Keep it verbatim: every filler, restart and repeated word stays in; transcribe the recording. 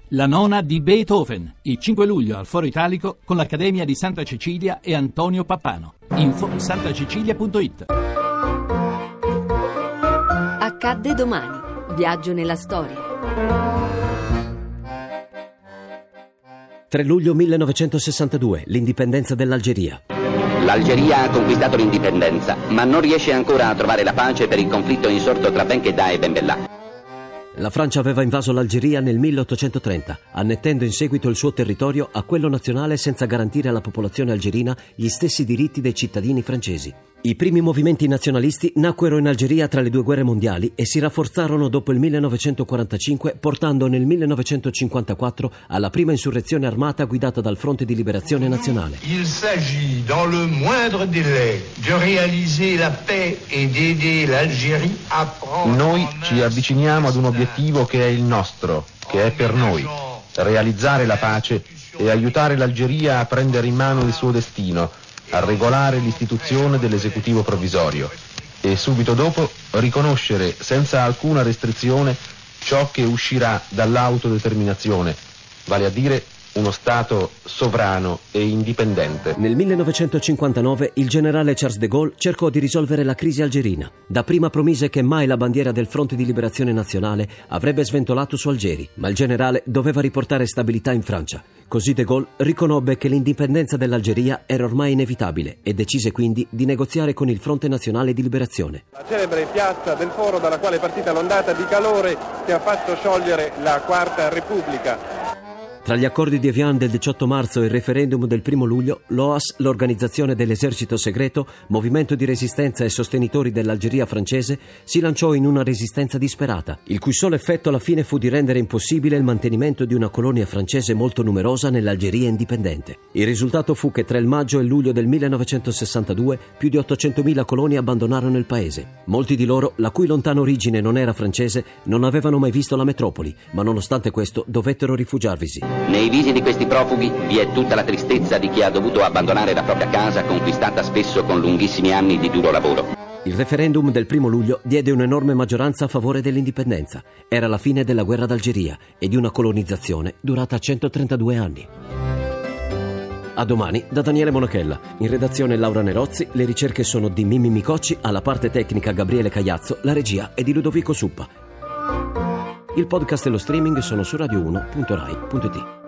La nona di Beethoven, il cinque luglio al Foro Italico con l'Accademia di Santa Cecilia e Antonio Pappano. Info santacecilia punto it. Accadde domani. Viaggio nella storia. tre luglio millenovecentosessantadue, l'indipendenza dell'Algeria. L'Algeria ha conquistato l'indipendenza, ma non riesce ancora a trovare la pace per il conflitto insorto tra Benchedà e Ben Bella. La Francia aveva invaso l'Algeria nel milleottocentotrenta, annettendo in seguito il suo territorio a quello nazionale senza garantire alla popolazione algerina gli stessi diritti dei cittadini francesi. I primi movimenti nazionalisti nacquero in Algeria tra le due guerre mondiali e si rafforzarono dopo il millenovecentoquarantacinque, portando nel millenovecentocinquantaquattro alla prima insurrezione armata guidata dal Fronte di Liberazione Nazionale. Il s'agit dans le moindre délai de réaliser la paix et d'aider l'Algérie à prendre. Noi ci avviciniamo ad un obiettivo che è il nostro, che è per noi: realizzare la pace e aiutare l'Algeria a prendere in mano il suo destino, a regolare l'istituzione dell'esecutivo provvisorio e subito dopo riconoscere senza alcuna restrizione ciò che uscirà dall'autodeterminazione, vale a dire uno Stato sovrano e indipendente. Nel millenovecentocinquantanove il generale Charles de Gaulle cercò di risolvere la crisi algerina. Dapprima promise che mai la bandiera del Fronte di Liberazione Nazionale avrebbe sventolato su Algeri, ma il generale doveva riportare stabilità in Francia. Così de Gaulle riconobbe che l'indipendenza dell'Algeria era ormai inevitabile e decise quindi di negoziare con il Fronte Nazionale di Liberazione. La celebre piazza del Foro dalla quale è partita l'ondata di calore che ha fatto sciogliere la Quarta Repubblica. Tra gli accordi di Evian del diciotto marzo e il referendum del primo luglio, l'O A S, l'organizzazione dell'esercito segreto, movimento di resistenza e sostenitori dell'Algeria francese, si lanciò in una resistenza disperata, il cui solo effetto alla fine fu di rendere impossibile il mantenimento di una colonia francese molto numerosa nell'Algeria indipendente. Il risultato fu che tra il maggio e il luglio del millenovecentosessantadue più di ottocentomila coloni abbandonarono il paese. Molti di loro, la cui lontana origine non era francese, non avevano mai visto la metropoli, ma nonostante questo dovettero rifugiarvisi. Nei visi di questi profughi vi è tutta la tristezza di chi ha dovuto abbandonare la propria casa, conquistata spesso con lunghissimi anni di duro lavoro. Il referendum del primo luglio diede un'enorme maggioranza a favore dell'indipendenza. Era la fine della guerra d'Algeria e di una colonizzazione durata centotrentadue anni. A domani da Daniele Monachella. In redazione Laura Nerozzi, le ricerche sono di Mimmi Micocci, alla parte tecnica Gabriele Cagliazzo, la regia è di Ludovico Suppa. Il podcast e lo streaming sono su radio uno punto rai punto it.